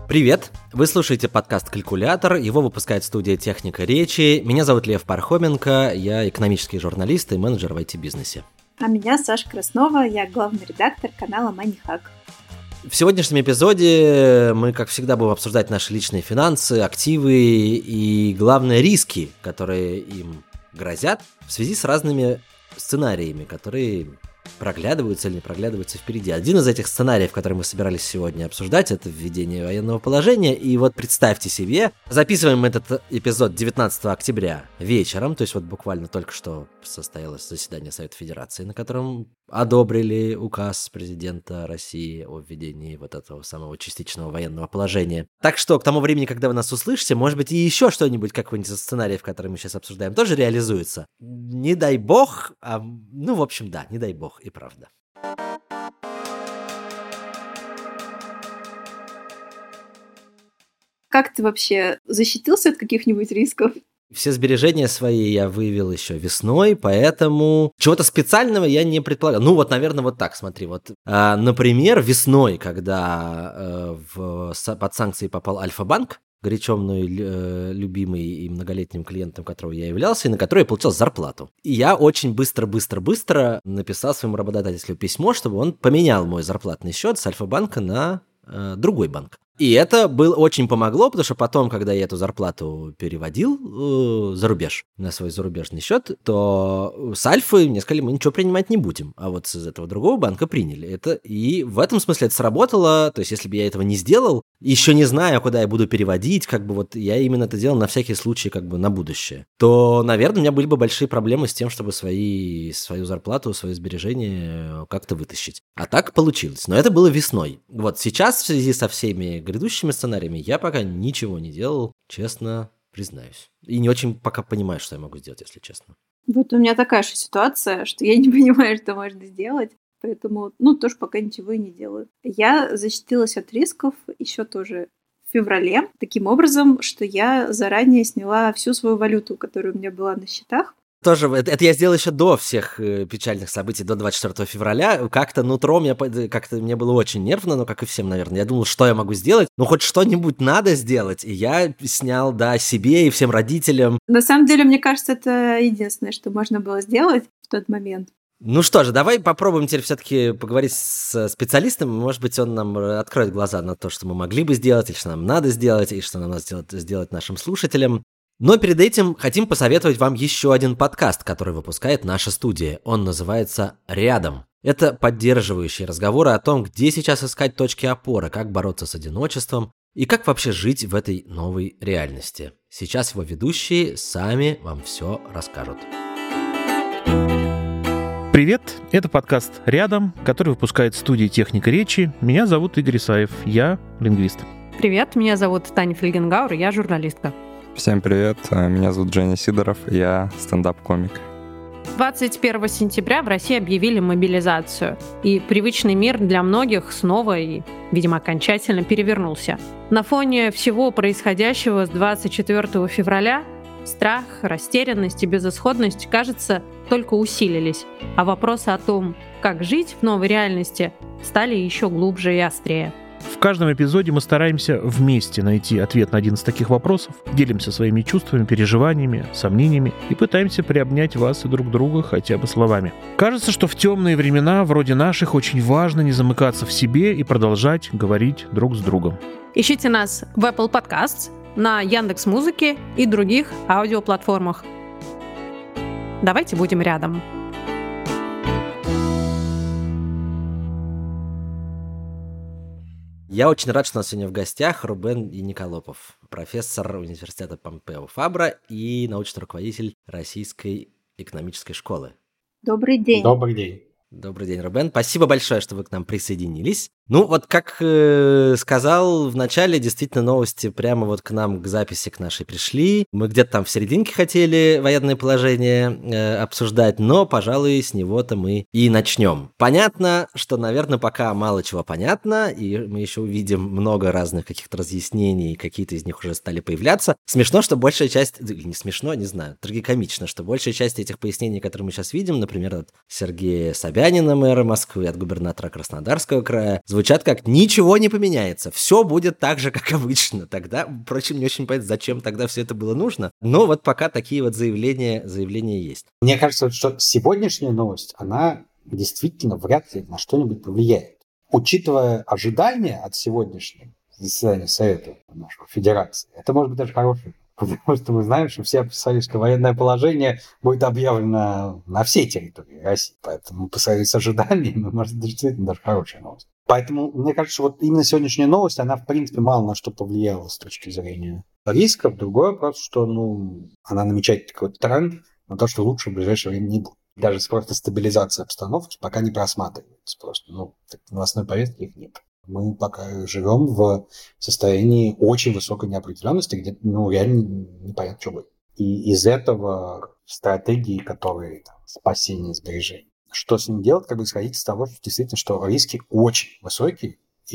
Привет! Вы слушаете подкаст «Калькулятор», его выпускает студия «Техника речи». Меня зовут Лев Пархоменко, я экономический журналист и менеджер в IT-бизнесе. А меня Саша Краснова, я главный редактор канала MoneyHack. В сегодняшнем эпизоде мы, как всегда, будем обсуждать наши личные финансы, активы и, главное, риски, которые им грозят в связи с разными сценариями, которые проглядываются или не проглядываются впереди. Один из этих сценариев, который мы собирались сегодня обсуждать, это введение военного положения. И вот представьте себе, записываем этот эпизод 19 октября вечером, то есть вот буквально только что состоялось заседание Совета Федерации, на котором одобрили указ президента России о введении вот этого самого частичного военного положения. Так что к тому времени, когда вы нас услышите, может быть, и еще что-нибудь, какой-нибудь из сценариев, который мы сейчас обсуждаем, тоже реализуется. Не дай бог, в общем, да, не дай бог, и правда. Как ты вообще защитился от каких-нибудь рисков? Все сбережения свои я вывел еще весной, поэтому чего-то специального я не предполагал. Ну вот, наверное, вот так, смотри. Вот, например, весной, когда под санкции попал Альфа-банк, горячо мной любимый и многолетним клиентом которого я являлся, и на который я получал зарплату. И я очень быстро написал своему работодателю письмо, чтобы он поменял мой зарплатный счет с Альфа-банка на другой банк. И это очень помогло, потому что потом, когда я эту зарплату переводил за рубеж, на свой зарубежный счет, то с Альфы мне сказали, мы ничего принимать не будем. А вот из этого другого банка приняли это. И в этом смысле это сработало. То есть, если бы я этого не сделал, еще не зная, куда я буду переводить, я именно это делал на всякий случай, на будущее, то, наверное, у меня были бы большие проблемы с тем, чтобы свою зарплату, свои сбережения как-то вытащить. А так получилось. Но это было весной. Вот сейчас в связи со всеми грядущими сценариями я пока ничего не делал, честно признаюсь. И не очень пока понимаю, что я могу сделать, если честно. Вот у меня такая же ситуация, что я не понимаю, что можно сделать, поэтому, тоже пока ничего и не делаю. Я защитилась от рисков еще тоже в феврале, таким образом, что я заранее сняла всю свою валюту, которая у меня была на счетах. Тоже, это я сделал еще до всех печальных событий, до 24 февраля. Как-то нутром мне было очень нервно, как и всем, наверное. Я думал, что я могу сделать? Хоть что-нибудь надо сделать. И я снял, себе и всем родителям. На самом деле, мне кажется, это единственное, что можно было сделать в тот момент. Ну что же, давай попробуем теперь все-таки поговорить с специалистом. Может быть, он нам откроет глаза на то, что мы могли бы сделать, или что нам надо сделать, и что нам надо сделать нашим слушателям. Но перед этим хотим посоветовать вам еще один подкаст, который выпускает наша студия. Он называется «Рядом». Это поддерживающие разговоры о том, где сейчас искать точки опоры, как бороться с одиночеством и как вообще жить в этой новой реальности. Сейчас его ведущие сами вам все расскажут. Привет, это подкаст «Рядом», который выпускает студия «Техника речи». Меня зовут Игорь Исаев, я лингвист. Привет, меня зовут Таня Фельгенгауэр, я журналистка. Всем привет, меня зовут Женя Сидоров, я стендап-комик. 21 сентября в России объявили мобилизацию, и привычный мир для многих снова и, видимо, окончательно перевернулся. На фоне всего происходящего с 24 февраля страх, растерянность и безысходность, кажется, только усилились, а вопросы о том, как жить в новой реальности, стали еще глубже и острее. В каждом эпизоде мы стараемся вместе найти ответ на один из таких вопросов, делимся своими чувствами, переживаниями, сомнениями и пытаемся приобнять вас и друг друга хотя бы словами. Кажется, что в темные времена, вроде наших, очень важно не замыкаться в себе и продолжать говорить друг с другом. Ищите нас в Apple Podcasts, на Яндекс.Музыке и других аудиоплатформах. Давайте будем рядом. Я очень рад, что у нас сегодня в гостях Рубен Яниколопов, профессор университета Помпео Фабра и научный руководитель Российской экономической школы. Добрый день. Добрый день. Добрый день, Рубен. Спасибо большое, что вы к нам присоединились. Как сказал в начале, действительно новости прямо к нам, к записи к нашей пришли. Мы где-то там в серединке хотели военное положение обсуждать, но, пожалуй, с него-то мы и начнем. Понятно, что, наверное, пока мало чего понятно, и мы еще увидим много разных каких-то разъяснений, какие-то из них уже стали появляться. Смешно, что большая часть, или не смешно, не знаю, трагикомично, что большая часть этих пояснений, которые мы сейчас видим, например, от Сергея Собянина, мэра Москвы, от губернатора Краснодарского края, звучит звучат как «ничего не поменяется, все будет так же, как обычно». Тогда, впрочем, не очень понятно, зачем тогда все это было нужно. Но вот пока такие вот заявления есть. Мне кажется, что сегодняшняя новость, она действительно вряд ли на что-нибудь повлияет. Учитывая ожидания от сегодняшнего заседания Совета нашего Федерации, это может быть даже хорошее. Потому что мы знаем, что все описали, что военное положение будет объявлено на всей территории России. Поэтому по сравнению с ожиданиями, может, действительно даже хорошая новость. Поэтому, мне кажется, что вот именно сегодняшняя новость, она, в принципе, мало на что повлияла с точки зрения рисков. Другой вопрос, что она намечает какой-то тренд на то, что лучше в ближайшее время не будет. Даже просто стабилизация обстановки пока не просматривается. Просто новостной повестки их нет. Мы пока живем в состоянии очень высокой неопределенности, где реально непонятно, что будет. И из этого стратегии, которые спасение, сбережение. Что с ним делать, исходить из того, что действительно, что риски очень высокие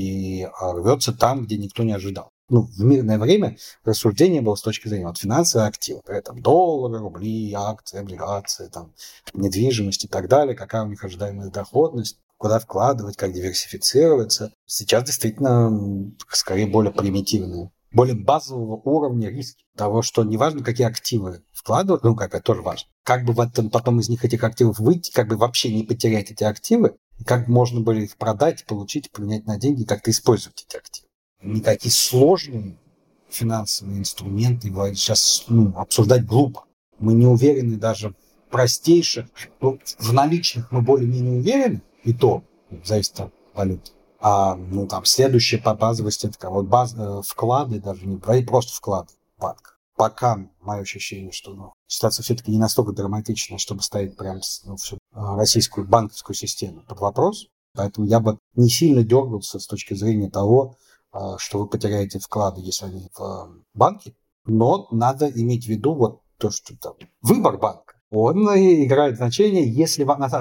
и рвется там, где никто не ожидал. В мирное время рассуждение было с точки зрения финансовых активов, доллары, рубли, акции, облигации, недвижимость и так далее, какая у них ожидаемая доходность, куда вкладывать, как диверсифицироваться. Сейчас действительно скорее более примитивные, более базового уровня риски. Того, что неважно, какие активы вкладывать, это тоже важно. Как бы потом из них этих активов выйти, как бы вообще не потерять эти активы, и как можно было их продать, получить, поменять на деньги, как-то использовать эти активы. Никакие сложные финансовые инструменты сейчас обсуждать глупо. Мы не уверены даже в простейших. В наличных мы более-менее уверены, и то зависит от валюты. А следующее по базовости это вклады, даже не просто вклады в банк. Пока мое ощущение, что ситуация все-таки не настолько драматичная, чтобы ставить прям всю российскую банковскую систему под вопрос. Поэтому я бы не сильно дергался с точки зрения того, что вы потеряете вклады, если они в банке. Но надо иметь в виду то, что выбор банка. Он играет значение, если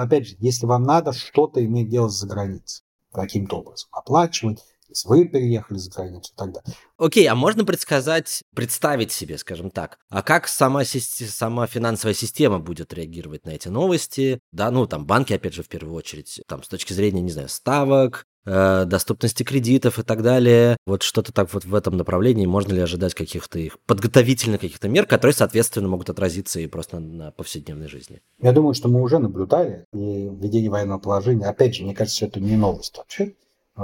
вам надо что-то иметь дело с заграницей. Каким-то образом оплачивать, если вы переехали за границу и так далее. Окей, а можно представить себе, скажем так, а как сама финансовая система будет реагировать на эти новости? Да, банки, опять же, в первую очередь, с точки зрения, не знаю, ставок, доступности кредитов и так далее. Что-то в этом направлении. Можно ли ожидать каких-то их подготовительных каких-то мер, которые, соответственно, могут отразиться и просто на повседневной жизни? Я думаю, что мы уже наблюдали и введение военного положения. Опять же, мне кажется, что это не новость вообще.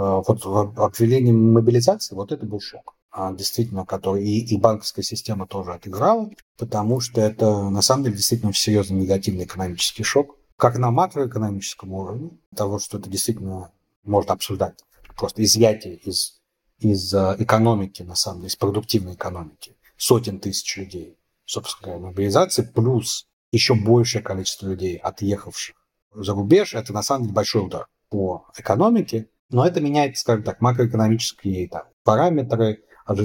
Объявление мобилизации, это был шок. Действительно, который и банковская система тоже отыграла, потому что это, на самом деле, действительно очень серьезный негативный экономический шок. Как на макроэкономическом уровне, того, что это действительно можно обсуждать. Просто изъятие из экономики, на самом деле, из продуктивной экономики сотен тысяч людей, собственно говоря, мобилизации, плюс еще большее количество людей, отъехавших за рубеж, это, на самом деле, большой удар по экономике. Но это меняет, скажем так, макроэкономические параметры,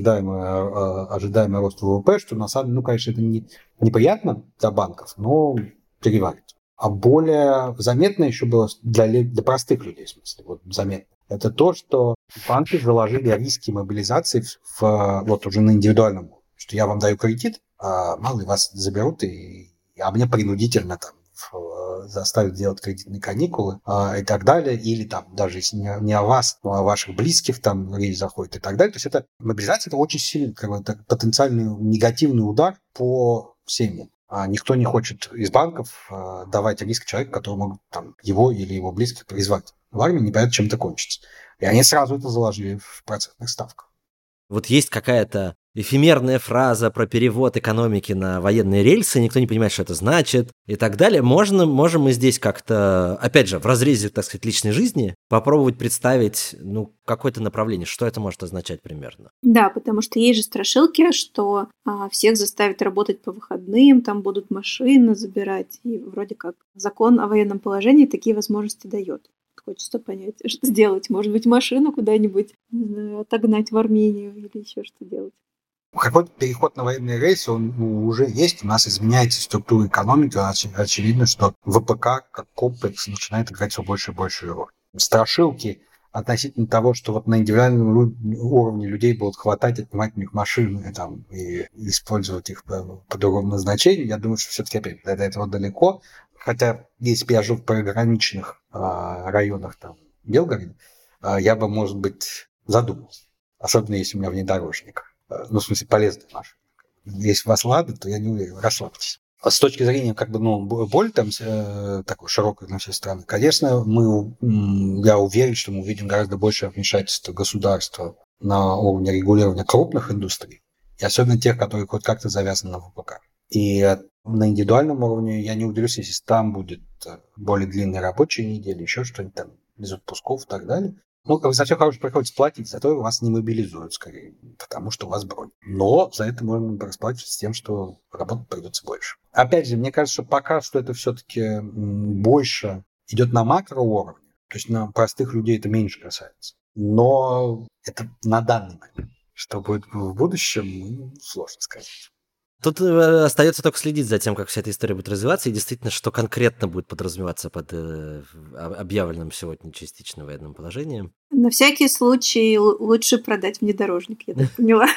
ожидаемый рост ВВП, что на самом деле, конечно, это неприятно для банков, но переварит. А более заметно еще было для простых людей, в смысле, заметно. Это то, что банки заложили риски мобилизации уже на индивидуальном уровне. Что я вам даю кредит, а мало ли вас заберут, а мне принудительно заставить делать кредитные каникулы и так далее, или даже если не о вас, но о ваших близких речь заходит и так далее. То есть мобилизация это очень сильный потенциальный негативный удар по семьям. Никто не хочет из банков давать риск человеку, который могут его или его близких призвать в армию, непонятно, чем это кончится. И они сразу это заложили в процентных ставках. Есть какая-то эфемерная фраза про перевод экономики на военные рельсы, никто не понимает, что это значит и так далее. Можем мы здесь как-то, опять же, в разрезе, так сказать, личной жизни попробовать представить, какое-то направление, что это может означать примерно? Да, потому что есть же страшилки, что всех заставят работать по выходным, там будут машины забирать, и вроде как закон о военном положении такие возможности дает. Хочется понять, что сделать. Может быть, машину куда-нибудь, не знаю, отогнать в Армению или еще что делать. Какой-то переход на военные рейсы, он уже есть. У нас изменяется структура экономики. Очевидно, что ВПК как комплекс начинает играть все больше и больше роль. Страшилки относительно того, что на индивидуальном уровне людей будут хватать, отнимать у них машины и использовать их по другому назначению, я думаю, что все-таки опять до этого далеко. Хотя, если бы я жил в приграничных районах Белгорода, я бы, может быть, задумался. Особенно если у меня внедорожник. В смысле, полезная машина. Если у вас Лада, то я не уверен, расслабьтесь. С точки зрения более такой широкой на все страны, конечно, я уверен, что мы увидим гораздо большее вмешательство государства на уровне регулирования крупных индустрий, и особенно тех, которые хоть как-то завязаны на ВПК. И на индивидуальном уровне я не удивлюсь, если там будет более длинные рабочие недели, еще что-нибудь там, без отпусков и так далее. За все хорошее приходится платить, зато вас не мобилизуют скорее, потому что у вас бронь. Но за это можно расплачиваться тем, что работать придется больше. Опять же, мне кажется, что пока что это все-таки больше идет на макроуровне, то есть на простых людей это меньше касается. Но это на данный момент. Что будет в будущем, сложно сказать. Тут остается только следить за тем, как вся эта история будет развиваться, и действительно, что конкретно будет подразумеваться под объявленным сегодня частично военным положением. На всякий случай лучше продать внедорожник, я так поняла.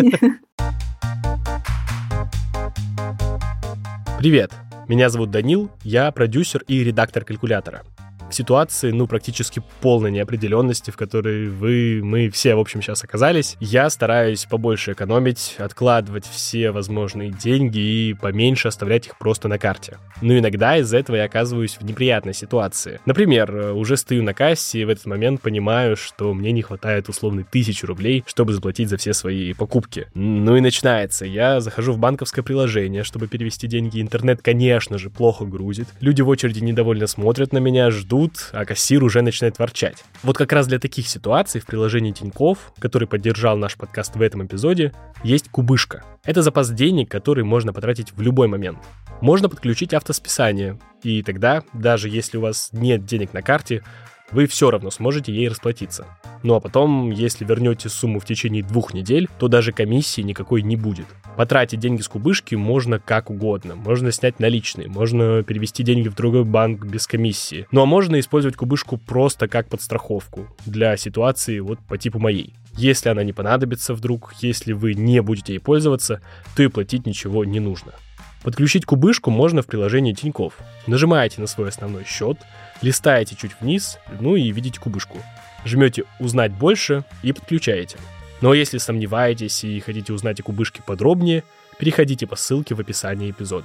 Привет, меня зовут Данил, я продюсер и редактор «Калькулятора». В ситуации, практически полной неопределенности, в которой мы все, в общем, сейчас оказались, я стараюсь побольше экономить, откладывать все возможные деньги и поменьше оставлять их просто на карте. Но иногда из-за этого я оказываюсь в неприятной ситуации. Например, уже стою на кассе и в этот момент понимаю, что мне не хватает условно 1000 рублей, чтобы заплатить за все свои покупки. И начинается. Я захожу в банковское приложение, чтобы перевести деньги. Интернет, конечно же, плохо грузит. Люди в очереди недовольно смотрят на меня, ждут, а кассир уже начинает ворчать. Вот как раз для таких ситуаций в приложении Тинькофф, который поддержал наш подкаст в этом эпизоде, есть кубышка. Это запас денег, который можно потратить в любой момент. Можно подключить автосписание, и тогда, даже если у вас нет денег на карте, вы все равно сможете ей расплатиться. А потом, если вернете сумму в течение 2 недель, то даже комиссии никакой не будет. Потратить деньги с кубышки можно как угодно. Можно снять наличные, можно перевести деньги в другой банк без комиссии. А можно использовать кубышку просто как подстраховку для ситуации по типу моей. Если она не понадобится вдруг, если вы не будете ей пользоваться, то и платить ничего не нужно. Подключить кубышку можно в приложении Тинькофф. Нажимаете на свой основной счет, листаете чуть вниз, и видите кубышку. Жмете «Узнать больше» и подключаете. Но если сомневаетесь и хотите узнать о кубышке подробнее, переходите по ссылке в описании эпизода.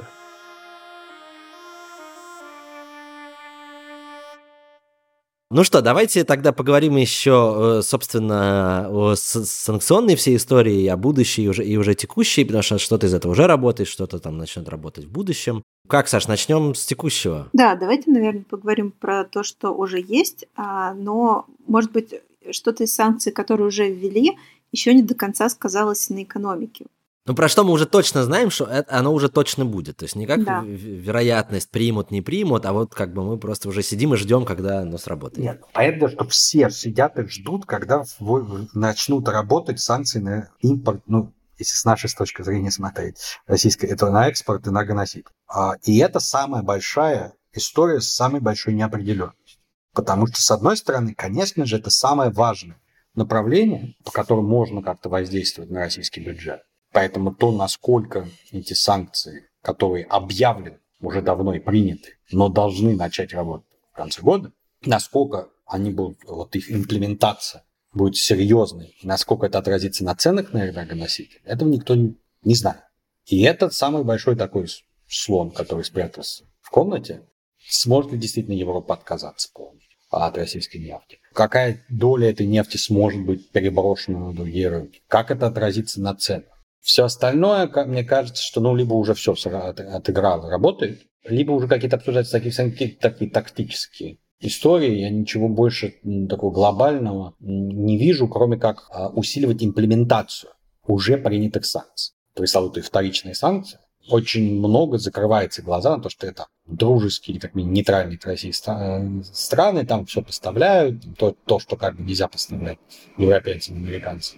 Ну что, давайте тогда поговорим еще, собственно, о санкционной всей истории, о будущей и уже текущей, потому что что-то из этого уже работает, что-то там начнет работать в будущем. Как, Саш, начнем с текущего? Да, давайте, наверное, поговорим про то, что уже есть, но, может быть, что-то из санкций, которые уже ввели, еще не до конца сказалось на экономике. Про что мы уже точно знаем, что оно уже точно будет. То есть не как вероятность примут, не примут, а мы просто уже сидим и ждем, когда оно сработает. Нет, понятно, что все сидят и ждут, когда начнут работать санкции на импорт, если с нашей точки зрения смотреть, российское, это на экспорт, энергоноситель. И это самая большая история с самой большой неопределенностью. Потому что, с одной стороны, конечно же, это самое важное направление, по которому можно как-то воздействовать на российский бюджет. Поэтому то, насколько эти санкции, которые объявлены уже давно и приняты, но должны начать работать в конце года, насколько они будут, их имплементация будет серьезной, насколько это отразится на ценах на энергоносители, этого никто не знает. И это самый большой такой слон, который спрятался в комнате. Сможет ли действительно Европа отказаться полностью от российской нефти? Какая доля этой нефти сможет быть переброшена на другие рынки? Как это отразится на ценах? Все остальное, мне кажется, что либо уже все отыграло, работает, либо уже какие-то обсуждаются такие тактические истории. Я ничего больше такого глобального не вижу, кроме как усиливать имплементацию уже принятых санкций. Пресловутые вторичные санкции. Очень много закрывается глаза на то, что это дружеские или как минимум нейтральные к России страны, там все поставляют, то, что нельзя поставлять европейцам, американцам.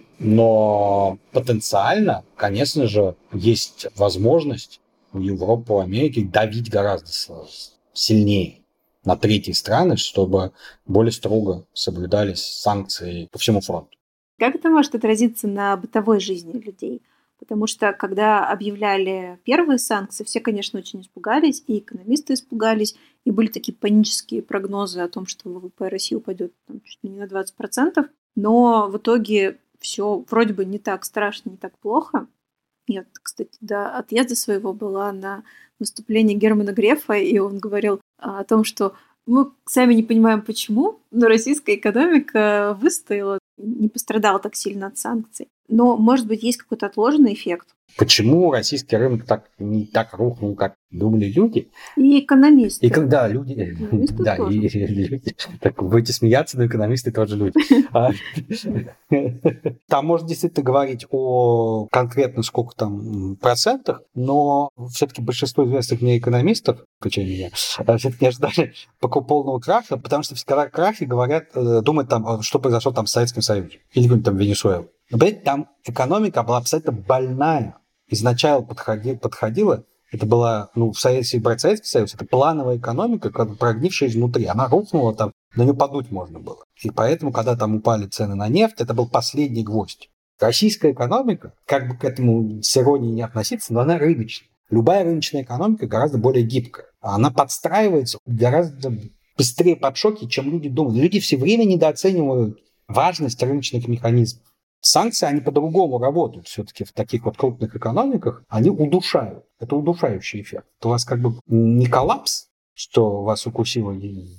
Но потенциально, конечно же, есть возможность у Европы, у Америки давить гораздо сильнее на третьи страны, чтобы более строго соблюдались санкции по всему фронту. Как это может отразиться на бытовой жизни людей? Потому что, когда объявляли первые санкции, все, конечно, очень испугались, и экономисты испугались, и были такие панические прогнозы о том, что ВВП России упадет чуть ли не на 20%. Но в итоге все вроде бы не так страшно, не так плохо. Я, кстати, до отъезда своего была на выступлении Германа Грефа, и он говорил о том, что мы сами не понимаем, почему, но российская экономика выстояла, не пострадала так сильно от санкций. Но, может быть, есть какой-то отложенный эффект. Почему российский рынок не так рухнул, как думали люди? И экономисты. И когда люди... Экономисты Да, тоже. и люди... Так, вы будете смеяться, но экономисты тоже люди. Там можно действительно говорить о конкретно сколько там процентах, но все-таки большинство известных мне экономистов, включая меня, все-таки не ожидали полного краха, потому что когда крахи говорят, думают там, что произошло там в Советском Союзе или там в Венесуэле. Но, понимаете, там экономика была абсолютно больная. Изначально подходила, это была, в Советский Союз, это плановая экономика, прогнившая изнутри. Она рухнула там, на нее подуть можно было. И поэтому, когда там упали цены на нефть, это был последний гвоздь. Российская экономика, как бы к этому с иронией не относиться, но она рыночная. Любая рыночная экономика гораздо более гибкая. Она подстраивается гораздо быстрее под шоки, чем люди думают. Люди все время недооценивают важность рыночных механизмов. Санкции, они по-другому работают. Все-таки в таких вот крупных экономиках они удушают. Это удушающий эффект. У вас как бы не коллапс, что вас укусила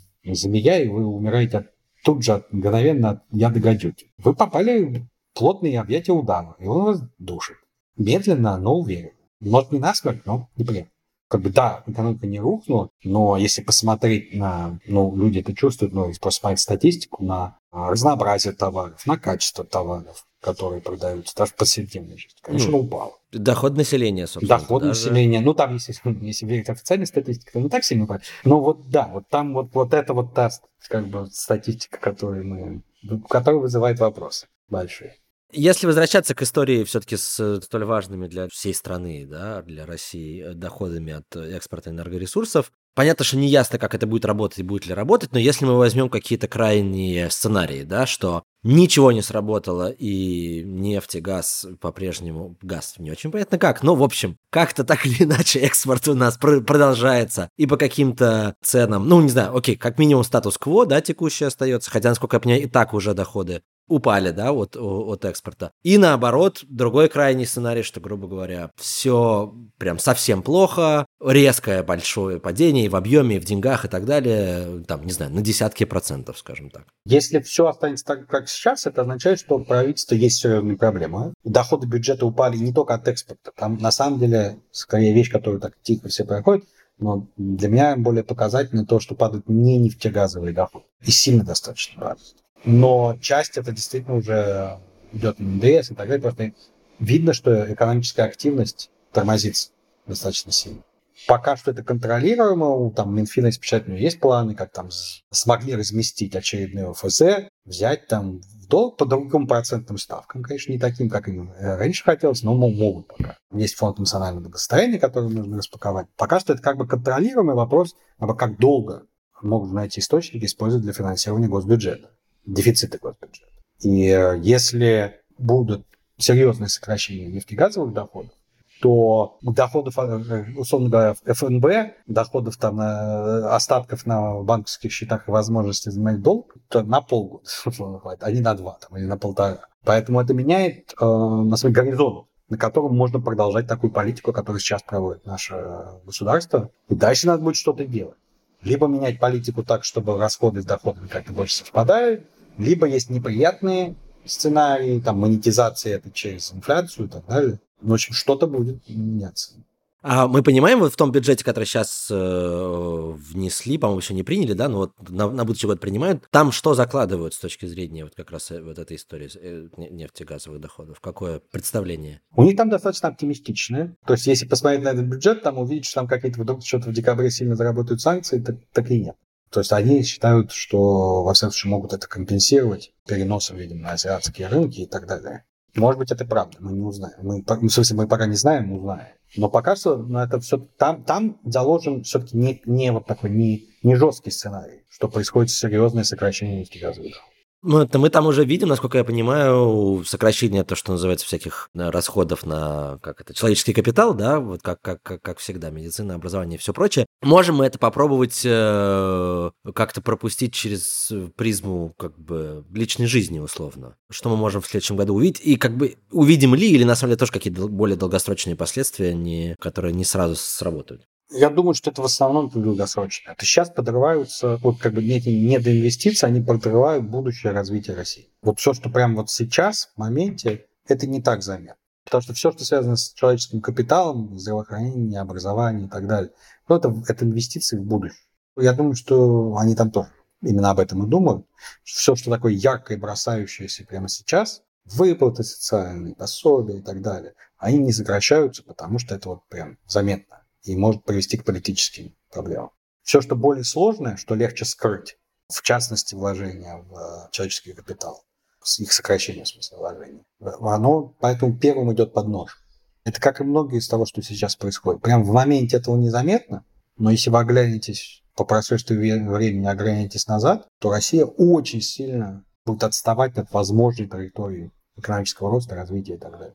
змея, и вы умираете тут же мгновенно от яда гадюки. Вы попали в плотные объятия удава, и он вас душит. Медленно, но уверенно. Может, не насмерть, но неприятно. Как бы, да, экономика не рухнула, но если посмотреть на... люди это чувствуют, если посмотреть статистику на разнообразие товаров, на качество товаров, которые продаются, даже в повседневной жизни, конечно, упало. Доход населения, собственно. Доход населения. Там, если верить официальной статистике, то не так сильно упало. Но там это вот та как бы статистика, которая вызывает вопросы большие. Если возвращаться к истории все-таки с столь важными для всей страны, да, для России, доходами от экспорта энергоресурсов, понятно, что не ясно, как это будет работать и будет ли работать, но если мы возьмем какие-то крайние сценарии, да, что ничего не сработало и нефть и газ по-прежнему, газ не очень понятно как, но в общем, как-то так или иначе экспорт у нас продолжается и по каким-то ценам, не знаю, окей, как минимум статус-кво, да, текущий остается, хотя, насколько я понимаю, и так уже доходы упали, да, от экспорта. И наоборот, другой крайний сценарий, что, грубо говоря, все прям совсем плохо, резкое большое падение и в объеме, и в деньгах и так далее, там, не знаю, на десятки процентов, скажем так. Если все останется так, как сейчас, это означает, что у правительства есть серьезные проблемы. Доходы бюджета упали не только от экспорта. Там, на самом деле, скорее вещь, которая так тихо все проходит, но для меня более показательно то, что падают не нефтегазовые доходы. И сильно достаточно падают. Но часть это действительно уже идет НДС и так далее. Просто видно, что экономическая активность тормозится достаточно сильно. Пока что это контролируемо. Там Минфина есть печатные, есть планы, как там смогли разместить очередные ОФЗ, взять там в долг по другим процентным ставкам. Конечно, не таким, как им раньше хотелось, но могут пока. Есть фонд национального благосостояния, который нужно распаковать. Пока что это как бы контролируемый вопрос, как долго могут найти источники использовать для финансирования госбюджета. Дефициты госбюджета. И если будут серьезные сокращения нефтегазовых доходов, то доходов, условно говоря, ФНБ, доходов там, остатков на банковских счетах и возможности занимать долг, то на полгода, условно говоря, а не на 2 или на 1,5. Поэтому это меняет на свой горизонт, на котором можно продолжать такую политику, которую сейчас проводит наше государство. И дальше надо будет что-то делать. Либо менять политику так, чтобы расходы с доходами как-то больше совпадают, либо есть неприятные сценарии, там, монетизация это через инфляцию и так далее. В общем, что-то будет меняться. А мы понимаем, вот в том бюджете, который сейчас внесли, по-моему, еще не приняли, да, но вот на будущий год принимают, там что закладывают с точки зрения вот как раз вот этой истории нефтегазовых доходов? Какое представление? У них там достаточно оптимистичное. То есть, если посмотреть на этот бюджет, там увидеть, что там какие-то вдруг что-то в декабре сильно заработают санкции, так и нет. То есть они считают, что, во всяком случае, могут это компенсировать переносом, видимо, на азиатские рынки и так далее. Может быть, это правда, мы не узнаем. Мы пока не знаем, мы узнаем. Но пока что это все там заложен все-таки не вот такой не жесткий сценарий, что происходит серьезное сокращение нефтегазовых доходов. Мы там уже видим, насколько я понимаю, сокращение, то, что называется, всяких расходов на человеческий капитал, да, вот как всегда, медицина, образование и все прочее. Можем мы это попробовать как-то пропустить через призму личной жизни, условно? Что мы можем в следующем году увидеть? И увидим ли, или на самом деле тоже какие-то более долгосрочные последствия, которые не сразу сработают? Я думаю, что это в основном долгосрочно. Это сейчас подрываются, эти недоинвестиции, они подрывают будущее развитие России. Вот все, что прямо вот сейчас, в моменте, это не так заметно. Потому что все, что связано с человеческим капиталом, здравоохранение, образование и так далее, это инвестиции в будущее. Я думаю, что они там тоже именно об этом и думают. Все, что такое яркое, бросающееся прямо сейчас, выплаты социальные, пособия и так далее, они не сокращаются, потому что это прям заметно и может привести к политическим проблемам. Все, что более сложное, что легче скрыть, в частности, вложения в человеческий капитал, их сокращение, в смысле вложения, оно поэтому первым идет под нож. Это как и многое из того, что сейчас происходит. Прям в моменте этого незаметно, но если вы оглянетесь по прошествии времени, оглянетесь назад, то Россия очень сильно будет отставать от возможной траектории экономического роста, развития и так далее.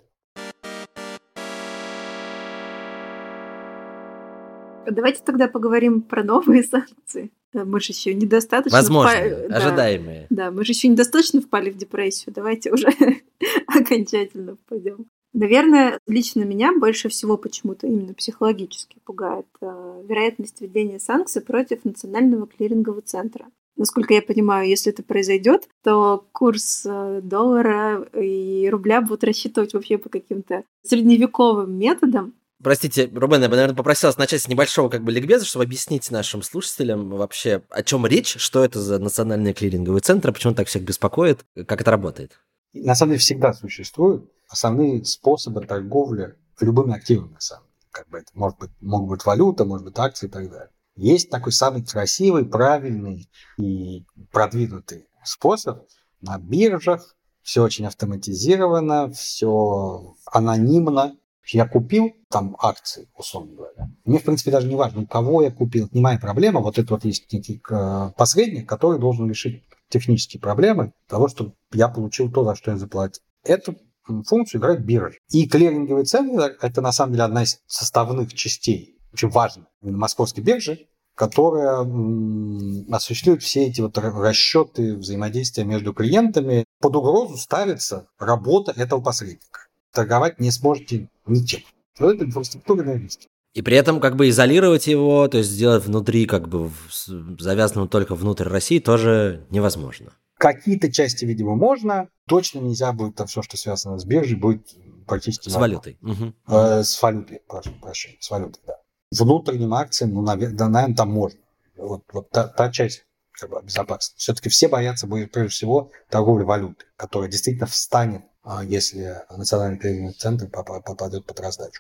Давайте тогда поговорим про новые санкции. Мы же еще недостаточно... Возможные, ожидаемые. Да, мы же еще недостаточно впали в депрессию. Давайте уже окончательно впадем. Наверное, лично меня больше всего почему-то именно психологически пугает вероятность введения санкций против Национального клирингового центра. Насколько я понимаю, если это произойдет, то курс доллара и рубля будут рассчитывать вообще по каким-то средневековым методам. Простите, Рубен, я бы, наверное, попросил вас начать с небольшого ликбеза, чтобы объяснить нашим слушателям вообще, о чем речь, что это за национальный клиринговый центр, почему он так всех беспокоит, как это работает. На самом деле всегда существуют основные способы торговли любыми активами. На самом деле. Это могут быть валюта, может быть акции и так далее. Есть такой самый красивый, правильный и продвинутый способ на биржах. Все очень автоматизировано, все анонимно. Я купил там акции, условно говоря. Мне, в принципе, даже не важно, у кого я купил. Это не моя проблема. Вот это есть некий посредник, который должен решить технические проблемы того, чтобы я получил то, за что я заплатил. Эту функцию играет биржа. И клиринговый центр – это, на самом деле, одна из составных частей, очень важная, московской биржи, которая осуществляет все эти расчеты, взаимодействия между клиентами. Под угрозу ставится работа этого посредника. Торговать не сможете ничем. Вот это инфраструктурные риски. И при этом изолировать его, то есть сделать внутри, завязанным только внутрь России, тоже невозможно. Какие-то части, видимо, можно. Точно нельзя будет там все, что связано с биржей, будет практически... С валютой. Угу. С валютой, прошу прощения, с валютой, да. Внутренним акциям, наверное, там можно. Вот та часть безопасна. Все-таки все боятся, будет прежде всего, торговли валютой, которая действительно встанет, если национальный клиринговый центр попадет под раздачу.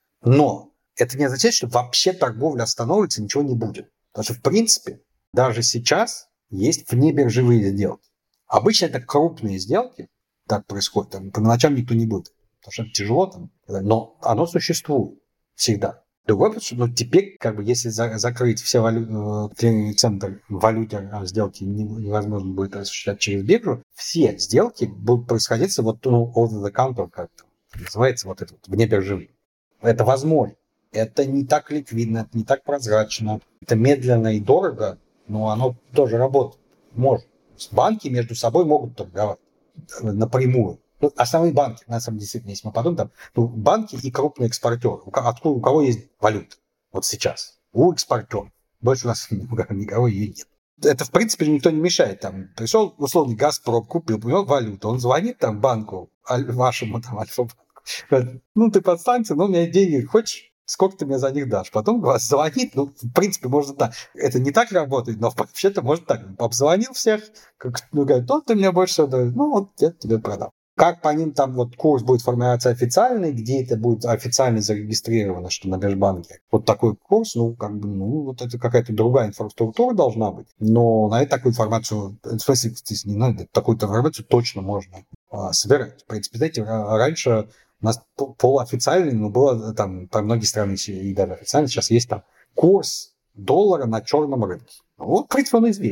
Но это не означает, что вообще торговля остановится, ничего не будет. Потому что, в принципе, даже сейчас есть внебиржевые сделки. Обычно это крупные сделки, так происходит. Там, по ночам никто не будет, потому что это тяжело, но оно существует всегда. Другой вопрос, что теперь, если закрыть все клиринговый центр в валюте, сделки невозможно будет осуществлять через биржу, все сделки будут происходить over the counter, как называется, это внебиржевые. Это возможно. Это не так ликвидно, это не так прозрачно, это медленно и дорого, но оно тоже работает. Может. Банки между собой могут торговать напрямую. Основные банки, на самом деле, если мы подумаем, банки и крупные экспортеры. У кого есть валюта? Вот сейчас. У экспортеров. Больше у нас никого ее нет. Это, в принципе, никто не мешает. Там пришел, условный «Газпром», купил, у него валюту. Он звонит банку, вашему Альфа-банку. Ты под санкции, у меня деньги, хочешь? Сколько ты мне за них дашь? Потом звонит, в принципе, можно так. Это не так работает, но вообще-то может так. Обзвонил всех, говорит, ты мне больше всего даешь, я тебе продам. Как по ним курс будет формироваться официальный, где это будет официально зарегистрировано, что на Межбанке. Вот такой курс, это какая-то другая инфраструктура должна быть. Но на такую информацию, в смысле, не надо, такую-то информацию точно можно собирать. В принципе, знаете, раньше у нас полуофициальный, было по многие страны и даже официально, сейчас есть курс доллара на черном рынке. В принципе, он известен.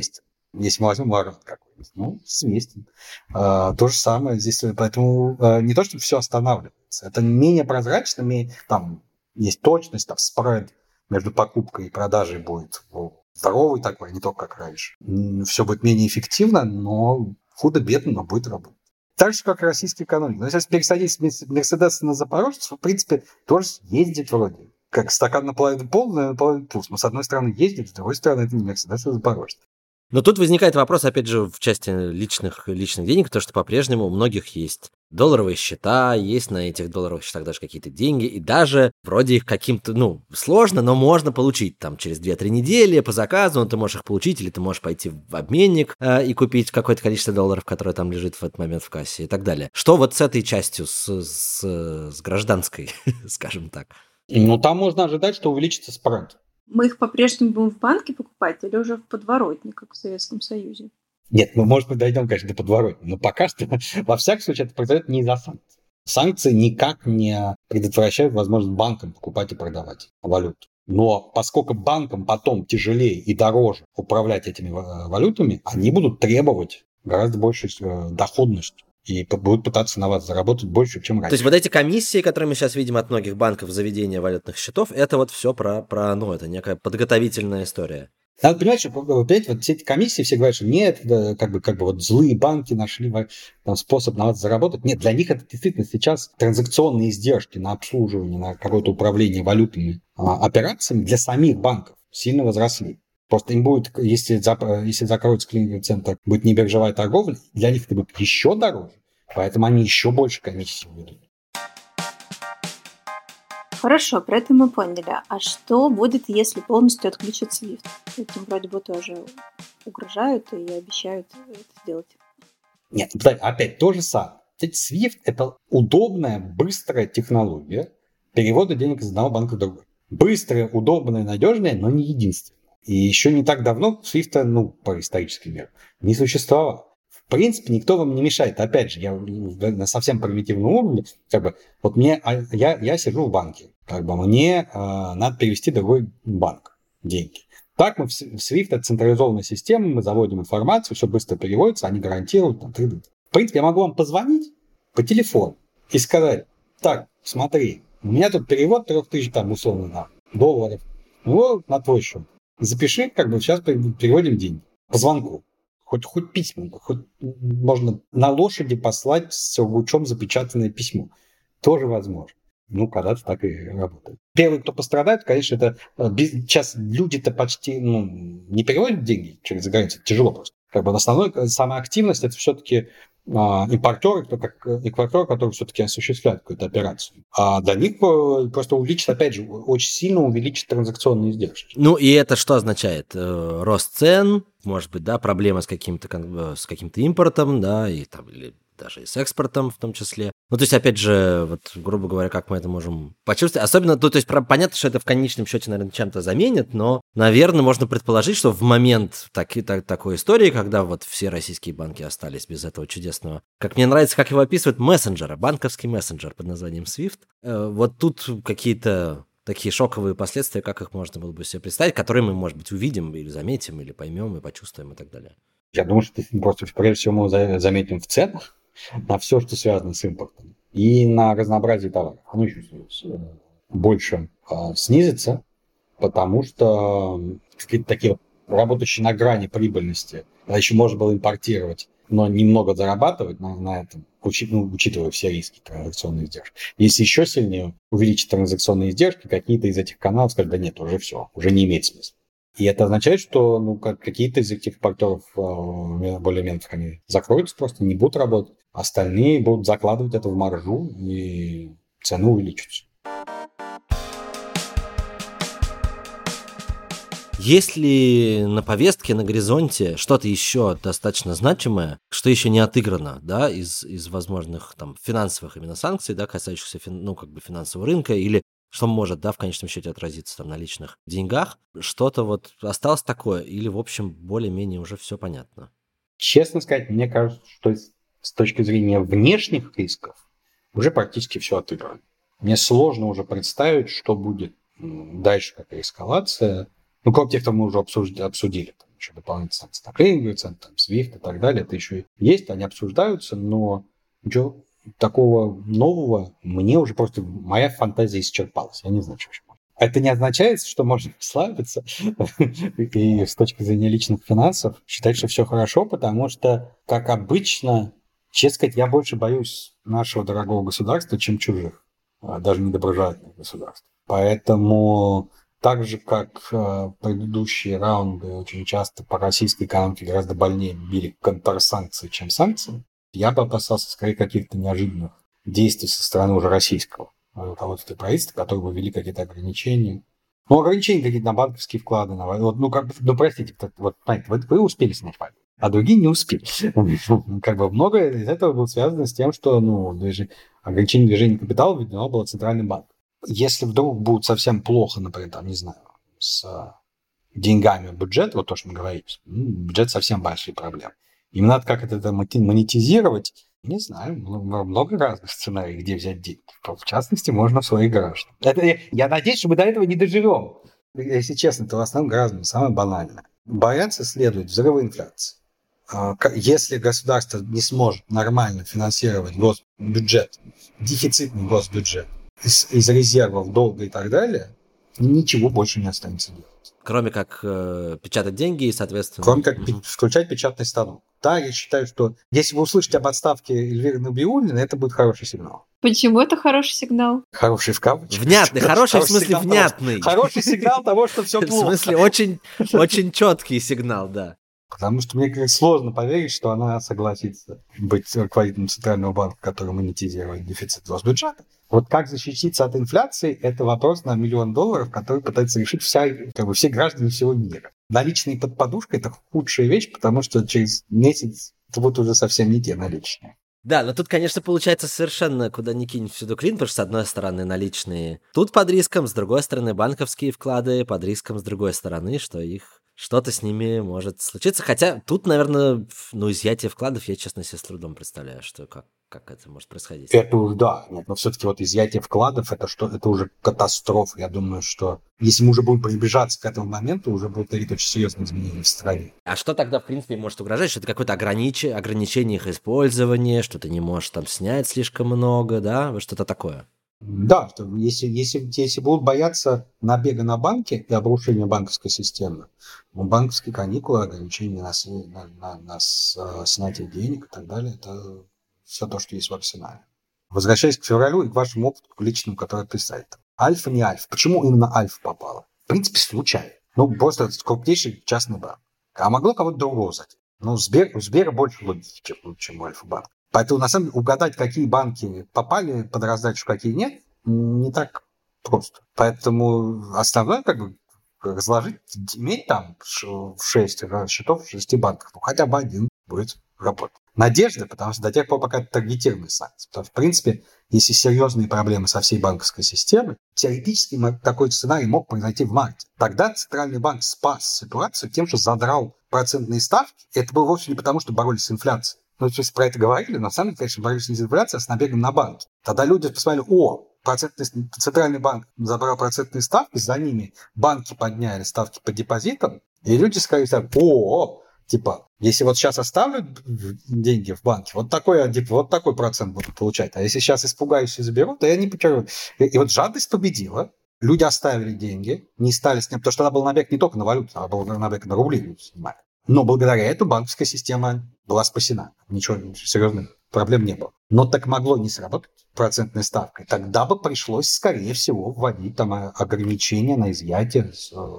Если мы возьмем ворот какой-нибудь, ну, известен. То же самое здесь, поэтому не то, чтобы все останавливается, это менее прозрачно, там есть точность, там спред между покупкой и продажей будет здоровый такой, не только как раньше. Все будет менее эффективно, но худо-бедно, но будет работать. Так же, как российская экономика. Но если пересадить с Мерседеса на запорожцев, в принципе, тоже ездит вроде. Как стакан наполовину полный, наполовину пуст. Но с одной стороны ездит, с другой стороны это не Мерседес, а запорожец. Но тут возникает вопрос, опять же, в части личных денег, потому что по-прежнему у многих есть долларовые счета, есть на этих долларовых счетах даже какие-то деньги, и даже вроде их каким-то, сложно, но можно получить там через 2-3 недели по заказу, ты можешь их получить, или ты можешь пойти в обменник и купить какое-то количество долларов, которое там лежит в этот момент в кассе и так далее. Что вот с этой частью, с гражданской, скажем так? Там можно ожидать, что увеличится спред. Мы их по-прежнему будем в банке покупать или уже в подворотне, как в Советском Союзе? Нет, мы, может быть, дойдем, конечно, до подворотни, но пока что, во всяком случае, это произойдет не из-за санкций. Санкции никак не предотвращают возможность банкам покупать и продавать валюту. Но поскольку банкам потом тяжелее и дороже управлять этими валютами, они будут требовать гораздо большей доходности. И будут пытаться на вас заработать больше, чем раньше. То есть вот эти комиссии, которые мы сейчас видим от многих банков за ведение валютных счетов, это вот все это некая подготовительная история. Надо понимать, что опять вот все эти комиссии все говорят, что нет, как бы вот злые банки нашли способ на вас заработать. Нет, для них это действительно сейчас транзакционные издержки на обслуживание, на какое-то управление валютными операциями для самих банков сильно возросли. Просто им будет, если закроется клининговый центр, будет не биржевая торговля, для них это будет еще дороже, поэтому они еще больше комиссий введут. Хорошо, про это мы поняли. А что будет, если полностью отключат SWIFT? Этим вроде бы тоже угрожают и обещают это сделать. Нет, опять то же самое. SWIFT – это удобная, быстрая технология перевода денег из одного банка в другой. Быстрая, удобная, надежная, но не единственная. И еще не так давно SWIFT, по историческим мерам, не существовало. В принципе, никто вам не мешает. Опять же, я на совсем примитивном уровне, я сижу в банке, мне надо перевести в другой банк деньги. Так мы в SWIFT, это централизованная система, мы заводим информацию, все быстро переводится, они гарантируют. В принципе, я могу вам позвонить по телефону и сказать: так, смотри, у меня тут перевод 3000, условно, долларов, на твой счет. Запиши, сейчас переводим деньги по звонку. Хоть письма, хоть можно на лошади послать с сургучом запечатанное письмо. Тоже возможно. Когда-то так и работает. Первый, кто пострадает, конечно, это сейчас люди-то почти не переводят деньги через границу, тяжело просто. Самая активность это все-таки импортеры, которые все-таки осуществляют какую-то операцию. А для них просто увеличит, опять же, очень сильно увеличит транзакционные издержки. И это что означает? Рост цен, может быть, проблема с каким-то импортом, или даже и с экспортом в том числе. То есть, опять же, грубо говоря, как мы это можем почувствовать. Особенно, понятно, что это в конечном счете, наверное, чем-то заменит, но, наверное, можно предположить, что в момент такой истории, когда все российские банки остались без этого чудесного, как мне нравится, как его описывают, мессенджера, банковский мессенджер под названием SWIFT, тут какие-то такие шоковые последствия, как их можно было бы себе представить, которые мы, может быть, увидим или заметим, или поймем, и почувствуем, и так далее. Я думаю, что просто, прежде всего, мы заметим в ценах на все, что связано с импортом, и на разнообразие товаров. Оно еще больше снизится, потому что какие-то такие работающие на грани прибыльности, еще можно было импортировать, но немного зарабатывать на этом, учитывая все риски транзакционных издержек. Если еще сильнее увеличить транзакционные издержки, какие-то из этих каналов скажут: да нет, уже все, уже не имеет смысла. И это означает, что какие-то из этих импортеров более мелких, они закроются просто, не будут работать. Остальные будут закладывать это в маржу, и цены увеличатся. Есть ли на повестке, на горизонте что-то еще достаточно значимое, что еще не отыграно, из возможных финансовых именно санкций, касающихся финансового рынка, или что может, в конечном счете отразиться на личных деньгах? Что-то осталось такое, или, в общем, более-менее уже все понятно? Честно сказать, мне кажется, что с точки зрения внешних рисков уже практически все отыграно. Мне сложно уже представить, что будет дальше, какая эскалация. Кроме тех, что мы уже обсудили. еще дополнительные санкции на клиринговые цены, там, SWIFT и так далее. Это еще есть, они обсуждаются, но ничего такого нового мне уже просто моя фантазия исчерпалась. Я не знаю, что еще можно. Это не означает, что можно расслабиться и с точки зрения личных финансов считать, что все хорошо, потому что, как обычно, честно сказать, я больше боюсь нашего дорогого государства, чем чужих, даже недоброжелательных государств. Поэтому так же, как предыдущие раунды очень часто по российской экономике гораздо больнее били контрсанкции, чем санкции, я бы опасался скорее каких-то неожиданных действий со стороны уже российского руководства и правительства, которые бы ввели какие-то ограничения. Ну, ограничения какие-то на банковские вклады. Простите, знаете, вы успели снять валюту, а другие не успели. Многое из этого было связано с тем, что ограничение движения капитала введено было Центральным банком. Если вдруг будет совсем плохо, например, с деньгами бюджета, вот то, что мы говорим, бюджет совсем большие проблемы. Им надо как это монетизировать. Не знаю, много разных сценариев, где взять деньги. В частности, можно в своих граждан. Я надеюсь, что мы до этого не доживем. Если честно, то в основном граждан самое банальное. Бояться следует взрыва инфляции. Если государство не сможет нормально финансировать госбюджет, дефицитный госбюджет из резервов, долга и так далее, ничего больше не останется делать. Кроме как печатать деньги и, соответственно... Кроме как включать печатный станок. Да, я считаю, что если вы услышите об отставке Эльвиры Набиуллиной, это будет хороший сигнал. Почему это хороший сигнал? Хороший в кавычках. Внятный, хороший в смысле внятный. Хороший сигнал того, что все плохо. В смысле очень четкий сигнал, да. Потому что мне сложно поверить, что она согласится быть руководителем Центрального банка, который монетизирует дефицит госбюджета. Вот как защититься от инфляции – это вопрос на $1 миллион, который пытается решить все граждане всего мира. Наличные под подушкой – это худшая вещь, потому что через месяц это будут уже совсем не те наличные. Да, но тут, конечно, получается совершенно куда ни кинь всюду клин, потому что, с одной стороны, наличные тут под риском, с другой стороны, банковские вклады под риском, с другой стороны, что что-то с ними может случиться. Хотя тут, наверное, изъятие вкладов, я, честно, себе с трудом представляю, что как это может происходить. Это уже, да. Нет, но все-таки изъятие вкладов, это уже катастрофа. Я думаю, что если мы уже будем приближаться к этому моменту, уже будут очень серьезные изменения в стране. А что тогда, в принципе, может угрожать? Что это какое-то ограничение их использования, что ты не можешь там снять слишком много, да? Что-то такое. Да, если будут бояться набега на банки и обрушения банковской системы, банковские каникулы, ограничения на снятие денег и так далее, это все то, что есть в арсенале. Возвращаясь к февралю и к вашему опыту личному, который ты сайт. Альфа не Альфа. Почему именно Альфа попала? В принципе, случайно. Просто это крупнейший частный банк. А могло кого-то другого задеть. У Сбера больше логики, чем у Альфа-банка. Поэтому, на самом деле, угадать, какие банки попали под раздачу, какие нет, не так просто. Поэтому основное, разложить, иметь там 6 счетов в 6 банках. Хотя бы один будет работать. Надежда, потому что до тех пор, пока это таргетированные санкции. Потому что, в принципе, если серьезные проблемы со всей банковской системой, теоретически такой сценарий мог произойти в марте. Тогда Центральный банк спас ситуацию тем, что задрал процентные ставки. Это было вовсе не потому, что боролись с инфляцией. То есть про это говорили, но на самом деле, конечно, боролись не с инфляцией, а с набегом на банки. Тогда люди посмотрели, Центральный банк забрал процентные ставки, за ними банки подняли ставки по депозитам, и люди сказали, если сейчас оставлю деньги в банке, вот такой процент буду получать, а если сейчас испугаюсь и заберу, то я не потеряю. И жадность победила. Люди оставили деньги, не стали снимать, потому что тогда был набег не только на валюту, а был набег на рубли люди снимали. Но благодаря этому банковская система была спасена. Ничего серьезных проблем не было. Но так могло не сработать процентной ставкой. Тогда бы пришлось, скорее всего, вводить там ограничения на изъятие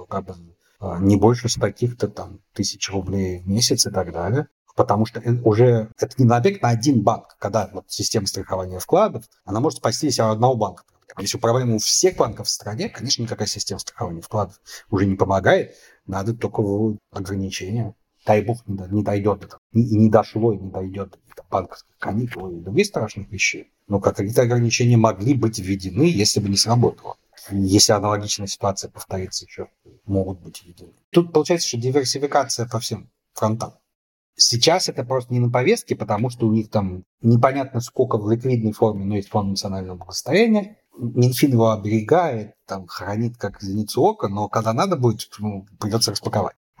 не больше с каких-то там 1000 рублей в месяц и так далее. Потому что уже это не набег на один банк. Когда система страхования вкладов, она может спасти если одного банка. Если проблема у всех банков в стране, конечно, никакая система страхования вкладов уже не помогает. Надо только ограничения. Дай бог не дойдет это. И не дошло, и не дойдет до банковских каникул и других страшных вещей. Но какие-то ограничения могли быть введены, если бы не сработало. Если аналогичная ситуация повторится еще, могут быть введены. Тут получается, что диверсификация по всем фронтам. Сейчас это просто не на повестке, потому что у них там непонятно сколько в ликвидной форме, но есть фонд национального благосостояния. Минфин его оберегает, хранит как зеницу ока, но когда надо будет, придется распаковать.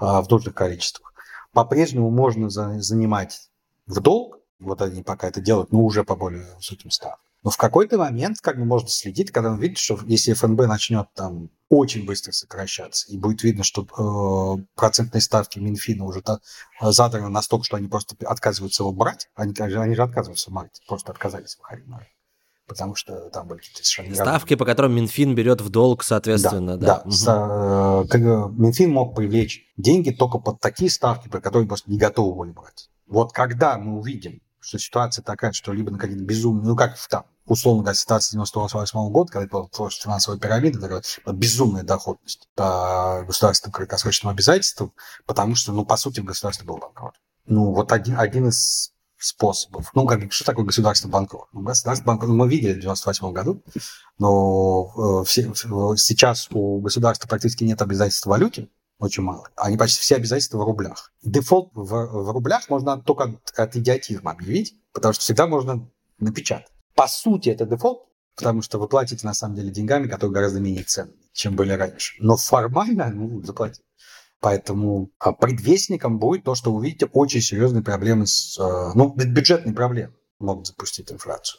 в нужных количествах. По-прежнему можно занимать в долг, вот они пока это делают, но уже по более высоким ставкам. Но в какой-то момент можно следить, когда он видит, что если ФНБ начнет там очень быстро сокращаться, и будет видно, что процентные ставки Минфина уже задраны настолько, что они просто отказываются его брать. Они же отказываются в марте, просто отказались выходить на рынок. Потому что там были какие-то совершенно ставки, по которым Минфин берет в долг, соответственно. Да. Минфин мог привлечь деньги только под такие ставки, по которым просто не готовы были брать. Вот когда мы увидим, что ситуация такая, что либо на какие-то безумные, как там, условно говоря, ситуация 98 года, когда это была финансовая пирамида, такая безумная доходность по государственным краткосрочным обязательствам, потому что, по сути, государство было банкрот. Вот один из способов. Что такое государственный банкрот? Государственный банкрот мы видели в 98 году, но сейчас у государства практически нет обязательств в валюте, очень мало. Они почти все обязательства в рублях. Дефолт в рублях можно только от идиотизма объявить, потому что всегда можно напечатать. По сути, это дефолт, потому что вы платите, на самом деле, деньгами, которые гораздо менее ценны, чем были раньше. Но формально заплатите. Поэтому предвестником будет то, что вы увидите очень серьезные проблемы бюджетные проблемы могут запустить инфляцию.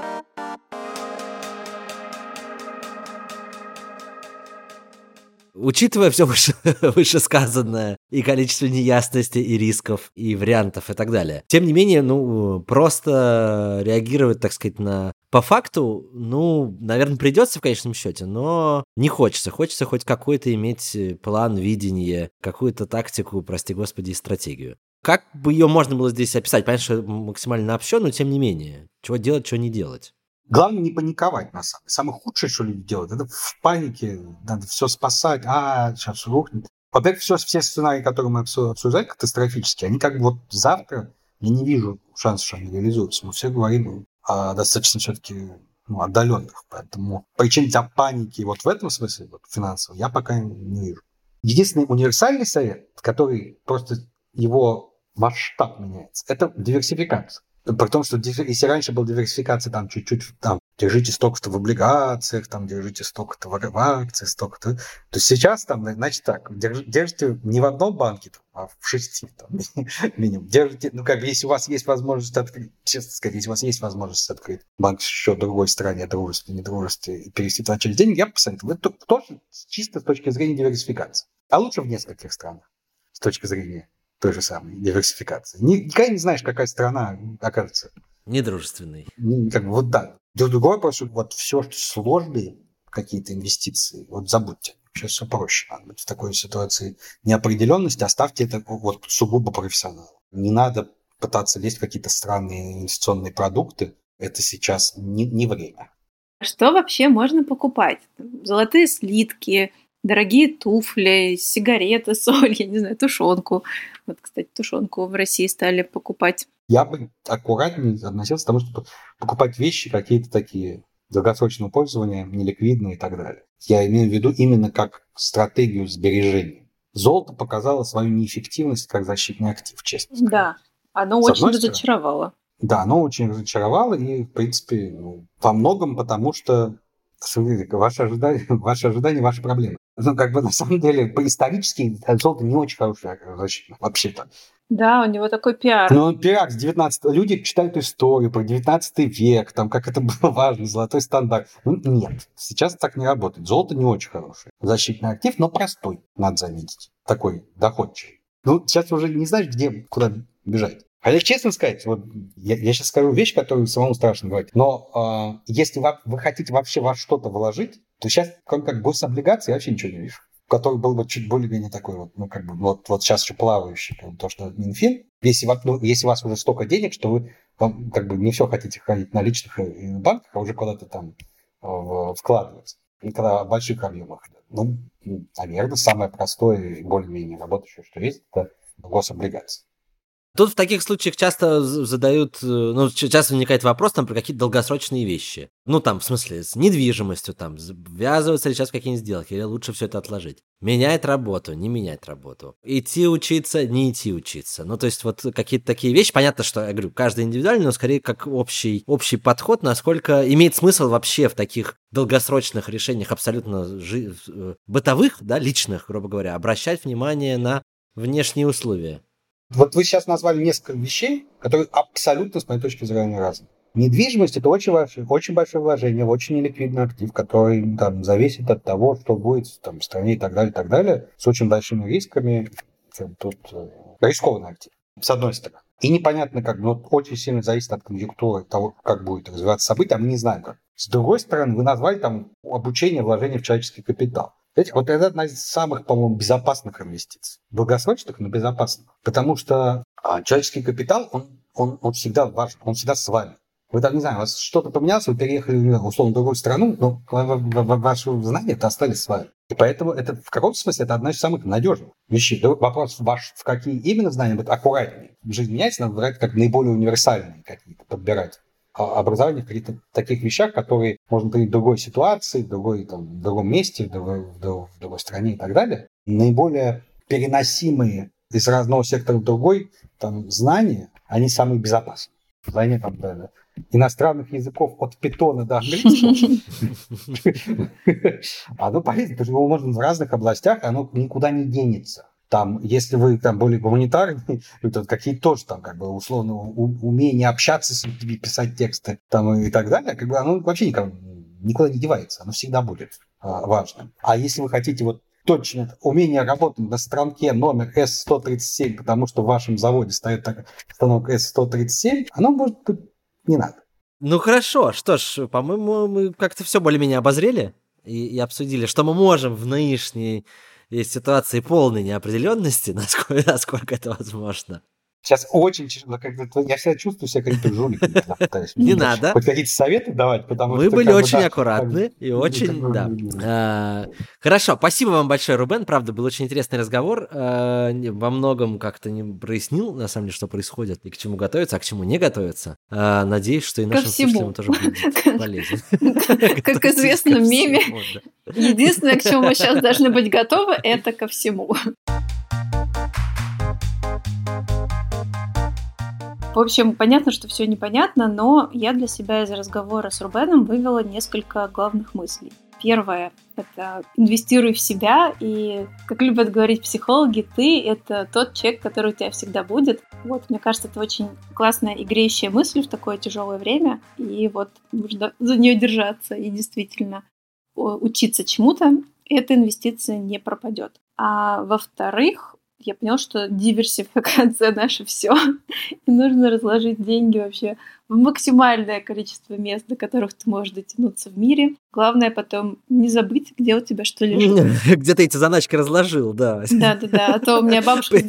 Учитывая все вышесказанное, и количество неясностей, и рисков, и вариантов, и так далее. Тем не менее, просто реагировать, так сказать, по факту, наверное, придется в конечном счете, но не хочется. Хочется хоть какой-то иметь план, видение, какую-то тактику, прости господи, и стратегию. Как бы ее можно было здесь описать? Понятно, что максимально общо, но тем не менее. Чего делать, чего не делать? Главное не паниковать, на самом деле. Самое худшее, что люди делают, это в панике, надо все спасать, сейчас рухнет. Во-первых, все сценарии, которые мы обсуждали, катастрофические, они завтра, я не вижу шансов, что они реализуются. Мы все говорим о достаточно все-таки отдаленных. Поэтому причин для паники в этом смысле, финансово, я пока не вижу. Единственный универсальный совет, который просто его масштаб меняется, это диверсификация. При том, что если раньше была диверсификация, чуть-чуть, держите столько-то в облигациях, держите столько-то в акциях, столько-то. То есть сейчас, значит так, держите не в одном банке, а в 6, минимум. Держите, если у вас есть возможность открыть, честно сказать, если у вас есть возможность открыть банк счет в другой стране, дружестве, недружестве, и перевести туда через деньги, я бы посоветовал. Это тоже чисто с точки зрения диверсификации. А лучше в нескольких странах с точки зрения той же самой диверсификации. Никогда не знаешь, какая страна окажется недружественной. Другой вопрос, все, что сложные какие-то инвестиции, забудьте. Сейчас все проще. Надо быть в такой ситуации неопределенности, оставьте это сугубо профессионалу. Не надо пытаться лезть в какие-то странные инвестиционные продукты. Это сейчас не время. Что вообще можно покупать? Золотые слитки, дорогие туфли, сигареты, соль, я не знаю, тушенку. Кстати, тушенку в России стали покупать. Я бы аккуратнее относился к тому, чтобы покупать вещи какие-то такие долгосрочного пользования, неликвидные и так далее. Я имею в виду именно как стратегию сбережения. Золото показало свою неэффективность как защитный актив, честно сказать. Да, оно очень разочаровало. Да, оно очень разочаровало, и, в принципе, во многом потому, что ваши ожидания, ваши проблемы. На самом деле, исторически золото не очень хорошая защита, вообще-то. Да, у него такой пиар. Пиар с 19 люди читают историю про 19 век, как это было важно, золотой стандарт. Нет, сейчас так не работает. Золото не очень хороший защитный актив, но простой, надо заметить. Такой доходчивый. Сейчас уже не знаешь, куда бежать. Хотя, честно сказать, я сейчас скажу вещь, которую самому страшно говорить, но если вы хотите вообще во что-то вложить, то сейчас, кроме как гособлигации, я вообще ничего не вижу. Который был бы чуть более-менее такой сейчас еще плавающий, то, что Минфин. Если у вас уже столько денег, что вы не все хотите хранить на наличных банках, а уже куда-то там вкладывать. И когда в больших объемах. Наверное, самое простое и более-менее работающее, что есть, это гособлигации. Тут в таких случаях часто задают, часто возникает вопрос про какие-то долгосрочные вещи. В смысле, с недвижимостью, ввязываться ли сейчас в какие-нибудь сделки, или лучше все это отложить. Менять работу, не менять работу. Идти учиться, не идти учиться. То есть какие-то такие вещи. Понятно, что, я говорю, каждый индивидуально, но скорее как общий подход, насколько имеет смысл вообще в таких долгосрочных решениях абсолютно бытовых, личных, грубо говоря, обращать внимание на внешние условия. Вот вы сейчас назвали несколько вещей, которые абсолютно, с моей точки зрения, разные. Недвижимость – это очень большое вложение, очень неликвидный актив, который там зависит от того, что будет там, в стране и так далее, с очень большими рисками. Тут рискованный актив, с одной стороны. И непонятно как, но очень сильно зависит от конъюнктуры того, как будет развиваться событие, а мы не знаем как. С другой стороны, вы назвали там обучение, вложение в человеческий капитал. Знаете, вот это одна из самых, по-моему, безопасных инвестиций. Долгосрочных, но безопасных. Потому что человеческий капитал, он всегда важен, он всегда с вами. Вы там, не знаю, у вас что-то поменялось, вы переехали, условно, в другую страну, но ваши знания-то остались с вами. И поэтому это, в каком-то смысле, это одна из самых надежных вещей. Вопрос в какие именно знания быть аккуратнее. Жизнь меняется, надо брать как наиболее универсальные какие-то, подбирать. Образование в каких-то таких вещах, которые можно принять в другой ситуации, в другом месте, в другой стране и так далее. Наиболее переносимые из разного сектора в другой знания, они самые безопасные. Знания иностранных языков от питона до английского, оно полезно, потому что его можно в разных областях, оно никуда не денется. Если вы более гуманитарный, то какие-то тоже условно умение общаться с людьми, писать тексты и так далее, оно вообще никуда не девается, оно всегда будет важным. А если вы хотите точно умение работать на станке номер S137, потому что в вашем заводе стоит станок S137, оно может быть не надо. Ну хорошо, что ж, по-моему, мы как-то все более-менее обозрели и обсудили, что мы можем в нынешней ситуации полной неопределенности, насколько это возможно. Сейчас очень... Я всегда чувствую себя каким-то жуликом. Не надо. Хоть какие-то советы давать, потому что... Мы были очень аккуратны и очень... Да. Хорошо, спасибо вам большое, Рубен. Правда, был очень интересный разговор. Во многом как-то не прояснил, на самом деле, что происходит и к чему готовиться, а к чему не готовиться. Надеюсь, что и нашим слушателям тоже будет полезен. Как известно в меме, единственное, к чему мы сейчас должны быть готовы, это ко всему. В общем, понятно, что все непонятно, но я для себя из разговора с Рубеном вывела несколько главных мыслей. Первое – это инвестируй в себя, и, как любят говорить психологи, ты – это тот человек, который у тебя всегда будет. Мне кажется, это очень классная и греющая мысль в такое тяжелое время, и нужно за нее держаться и действительно учиться чему-то, эта инвестиция не пропадет. А во-вторых, я поняла, что диверсификация наше все, и нужно разложить деньги вообще в максимальное количество мест, до которых ты можешь дотянуться в мире. Главное потом не забыть, где у тебя что лежит. Где ты эти заначки разложил, да. Да. А то у меня бабушка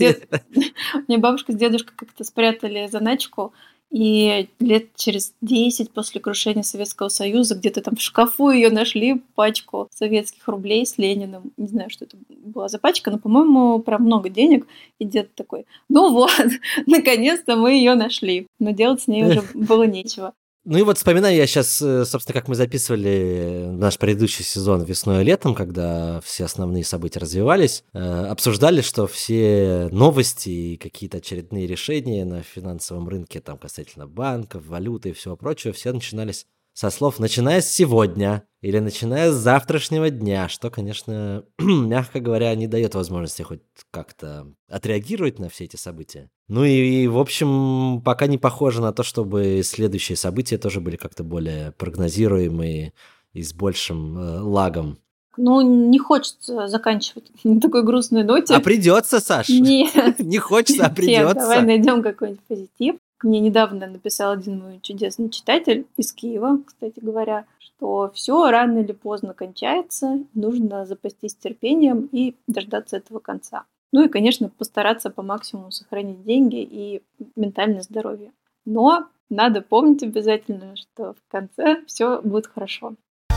с дедушкой как-то спрятали заначку, и лет через 10 после крушения Советского Союза где-то там в шкафу ее нашли, пачку советских рублей с Лениным. Не знаю, что это была за пачка, но, по-моему, прям много денег. И дед такой, наконец-то мы ее нашли. Но делать с ней уже было нечего. Ну и вспоминаю я сейчас, собственно, как мы записывали наш предыдущий сезон весной и летом, когда все основные события развивались, обсуждали, что все новости и какие-то очередные решения на финансовом рынке, касательно банков, валюты и всего прочего, все начинались со слов «начиная с сегодня» или «начиная с завтрашнего дня», что, конечно, мягко говоря, не дает возможности хоть как-то отреагировать на все эти события. Ну и, в общем, пока не похоже на то, чтобы следующие события тоже были как-то более прогнозируемые и с большим лагом. Не хочется заканчивать на такой грустной ноте. А придется, Саш? Нет. Не хочется, а придется. Нет, давай найдем какой-нибудь позитив. Мне недавно написал один мой чудесный читатель из Киева, кстати говоря, что все рано или поздно кончается, нужно запастись терпением и дождаться этого конца. Ну и, конечно, постараться по максимуму сохранить деньги и ментальное здоровье. Но надо помнить обязательно, что в конце все будет хорошо.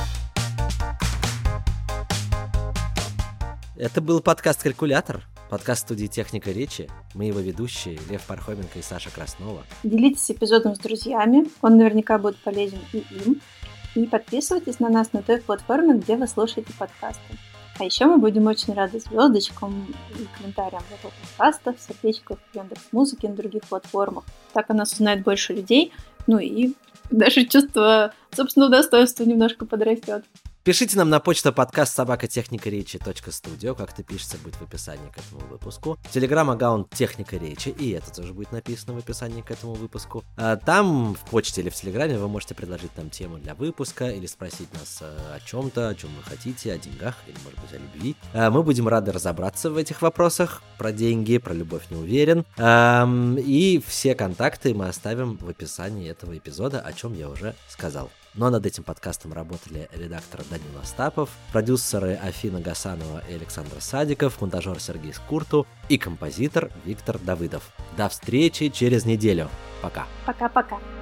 Это был подкаст «Калькулятор», подкаст студии «Техника речи». Мы его ведущие Лев Пархоменко и Саша Краснова. Делитесь эпизодом с друзьями, он наверняка будет полезен и им. И подписывайтесь на нас на той платформе, где вы слушаете подкасты. А еще мы будем очень рады звездочкам и комментариям в Apple подкастах, в сердечках, в Яндекс.Музыке и на других платформах. Так о нас узнает больше людей, и даже чувство собственного достоинства немножко подрастет. Пишите нам на почту подкаст собакатехникаречи.студио, как это пишется, будет в описании к этому выпуску. Телеграм-аккаунт Техника Речи, и это тоже будет написано в описании к этому выпуску. Там, в почте или в Телеграме, вы можете предложить нам тему для выпуска или спросить нас о чем-то, о чем вы хотите, о деньгах или, может быть, о любви. Мы будем рады разобраться в этих вопросах. Про деньги, про любовь не уверен. И все контакты мы оставим в описании этого эпизода, о чем я уже сказал. Ну а над этим подкастом работали редактор Данил Остапов, продюсеры Афина Гасанова и Александр Садиков, монтажер Сергей Скурту и композитор Виктор Давыдов. До встречи через неделю. Пока. Пока-пока.